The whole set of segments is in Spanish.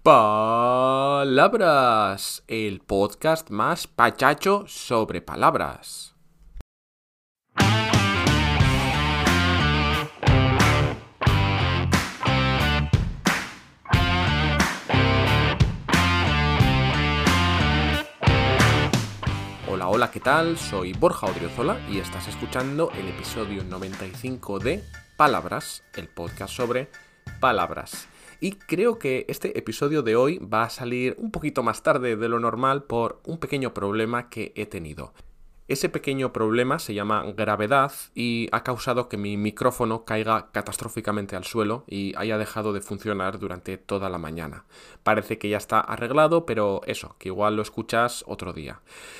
Palabras, el podcast más pachacho sobre palabras. Hola, ¿qué tal? Soy Borja Odriozola y estás escuchando el episodio 95 de Palabras, el podcast sobre palabras. Y creo que este episodio de hoy va a salir un poquito más tarde de lo normal por un pequeño problema que he tenido. Ese pequeño problema se llama gravedad y ha causado que mi micrófono caiga catastróficamente al suelo y haya dejado de funcionar durante toda la mañana. Parece que ya está arreglado, pero eso, que igual lo escuchas otro día.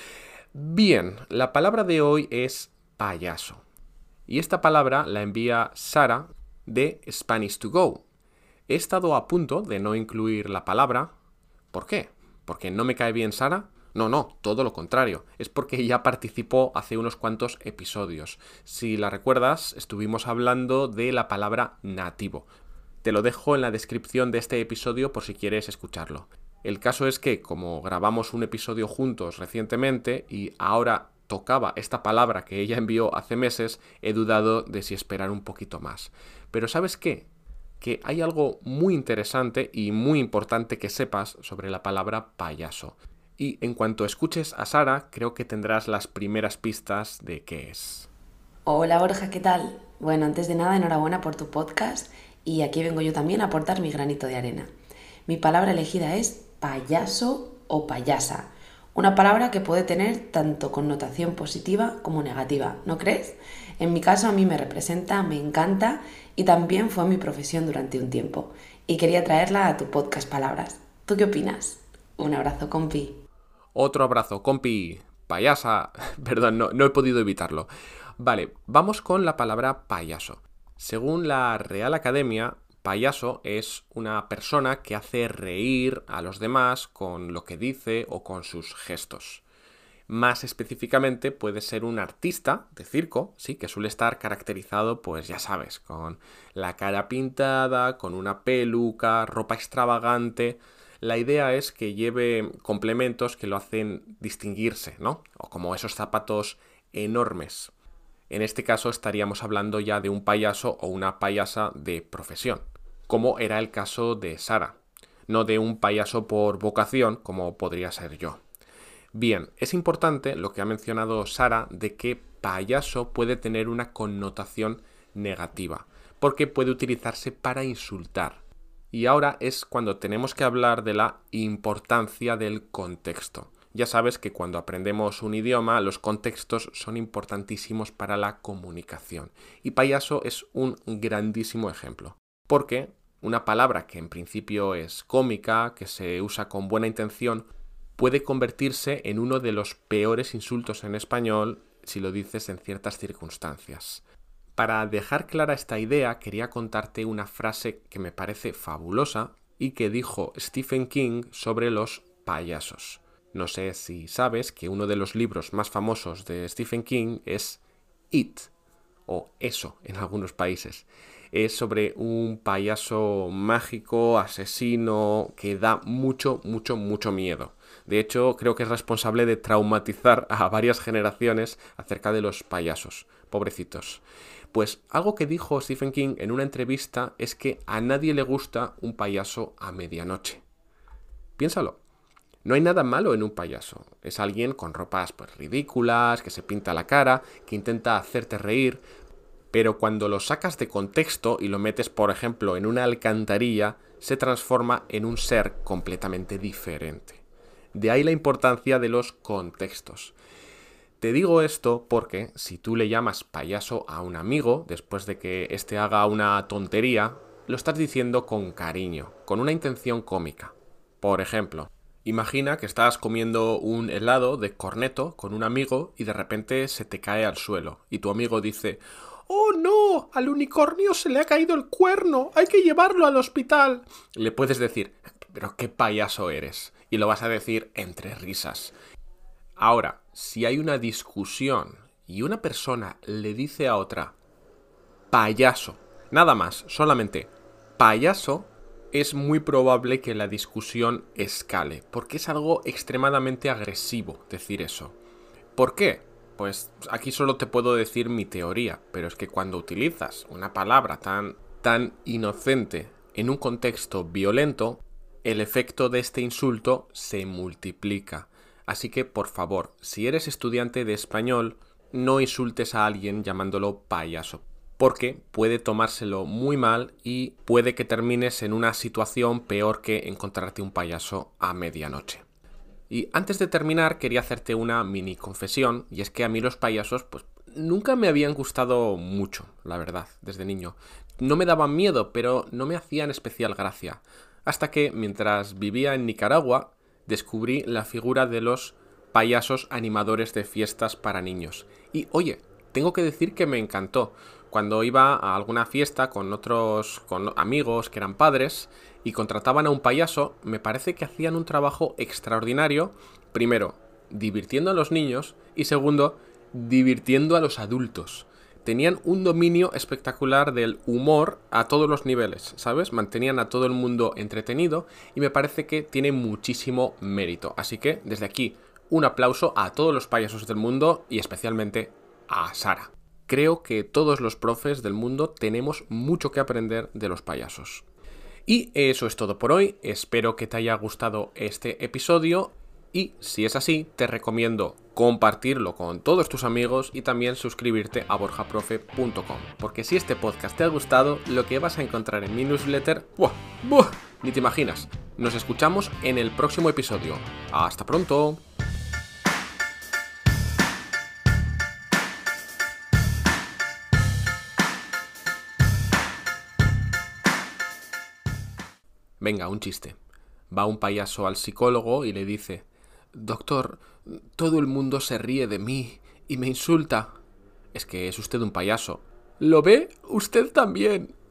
Bien, la palabra de hoy es payaso. Y esta palabra la envía Sara de Spanish to Go. He estado a punto de no incluir la palabra. ¿Por qué? ¿Porque no me cae bien Sara? No, todo lo contrario. Es porque ya participó hace unos cuantos episodios. Si la recuerdas, estuvimos hablando de la palabra nativo. Te lo dejo en la descripción de este episodio por si quieres escucharlo. El caso es que, como grabamos un episodio juntos recientemente y ahora tocaba esta palabra que ella envió hace meses, he dudado de si esperar un poquito más. Pero ¿sabes qué? Que hay algo muy interesante y muy importante que sepas sobre la palabra payaso. Y en cuanto escuches a Sara, creo que tendrás las primeras pistas de qué es. Hola Borja, ¿qué tal? Bueno, antes de nada, enhorabuena por tu podcast y aquí vengo yo también a aportar mi granito de arena. Mi palabra elegida es payaso o payasa, una palabra que puede tener tanto connotación positiva como negativa, ¿no crees? En mi caso a mí me representa, me encanta y también fue mi profesión durante un tiempo y quería traerla a tu podcast Palabras. ¿Tú qué opinas? Un abrazo, compi. Otro abrazo, compi, payasa. Perdón, no he podido evitarlo. Vale, vamos con la palabra payaso. Según la Real Academia, payaso es una persona que hace reír a los demás con lo que dice o con sus gestos. Más específicamente puede ser un artista de circo, sí, que suele estar caracterizado, pues ya sabes, con la cara pintada, con una peluca, ropa extravagante. La idea es que lleve complementos que lo hacen distinguirse, ¿no? O como esos zapatos enormes. En este caso estaríamos hablando ya de un payaso o una payasa de profesión, como era el caso de Sara, no de un payaso por vocación como podría ser yo. Bien, es importante lo que ha mencionado Sara de que payaso puede tener una connotación negativa, porque puede utilizarse para insultar. Y ahora es cuando tenemos que hablar de la importancia del contexto. Ya sabes que cuando aprendemos un idioma, los contextos son importantísimos para la comunicación. Y payaso es un grandísimo ejemplo. Porque una palabra que en principio es cómica, que se usa con buena intención, puede convertirse en uno de los peores insultos en español si lo dices en ciertas circunstancias. Para dejar clara esta idea, quería contarte una frase que me parece fabulosa y que dijo Stephen King sobre los payasos. No sé si sabes que uno de los libros más famosos de Stephen King es It, o Eso en algunos países. Es sobre un payaso mágico, asesino, que da mucho miedo. De hecho, creo que es responsable de traumatizar a varias generaciones acerca de los payasos. Pobrecitos. Pues algo que dijo Stephen King en una entrevista es que a nadie le gusta un payaso a medianoche. Piénsalo. No hay nada malo en un payaso. Es alguien con ropas pues ridículas, que se pinta la cara, que intenta hacerte reír, pero cuando lo sacas de contexto y lo metes, por ejemplo, en una alcantarilla, se transforma en un ser completamente diferente. De ahí la importancia de los contextos. Te digo esto porque si tú le llamas payaso a un amigo después de que éste haga una tontería, lo estás diciendo con cariño, con una intención cómica. Por ejemplo, imagina que estás comiendo un helado de corneto con un amigo y de repente se te cae al suelo y tu amigo dice: ¡Oh no! ¡Al unicornio se le ha caído el cuerno! ¡Hay que llevarlo al hospital! Le puedes decir: ¿pero qué payaso eres? Y lo vas a decir entre risas. Ahora, si hay una discusión y una persona le dice a otra payaso, nada más, solamente payaso, es muy probable que la discusión escale, porque es algo extremadamente agresivo decir eso. ¿Por qué? Pues aquí solo te puedo decir mi teoría, pero es que cuando utilizas una palabra tan inocente en un contexto violento, el efecto de este insulto se multiplica. Así que, por favor, si eres estudiante de español, no insultes a alguien llamándolo payaso, porque puede tomárselo muy mal y puede que termines en una situación peor que encontrarte un payaso a medianoche. Y antes de terminar, quería hacerte una mini confesión, y es que a mí los payasos, pues, nunca me habían gustado mucho, la verdad, desde niño. No me daban miedo, pero no me hacían especial gracia. Hasta que, mientras vivía en Nicaragua, descubrí la figura de los payasos animadores de fiestas para niños. Y, oye, tengo que decir que me encantó. Cuando iba a alguna fiesta con amigos que eran padres y contrataban a un payaso, me parece que hacían un trabajo extraordinario, primero, divirtiendo a los niños y segundo, divirtiendo a los adultos. Tenían un dominio espectacular del humor a todos los niveles, ¿sabes? Mantenían a todo el mundo entretenido y me parece que tiene muchísimo mérito. Así que, desde aquí, un aplauso a todos los payasos del mundo y especialmente a Sara. Creo que todos los profes del mundo tenemos mucho que aprender de los payasos. Y eso es todo por hoy, espero que te haya gustado este episodio y si es así, te recomiendo compartirlo con todos tus amigos y también suscribirte a borjaprofe.com, porque si este podcast te ha gustado, lo que vas a encontrar en mi newsletter, ¡buah! Ni te imaginas. Nos escuchamos en el próximo episodio. ¡Hasta pronto! Venga, un chiste. Va un payaso al psicólogo y le dice: «Doctor, todo el mundo se ríe de mí y me insulta». «Es que es usted un payaso». «¿Lo ve? Usted también».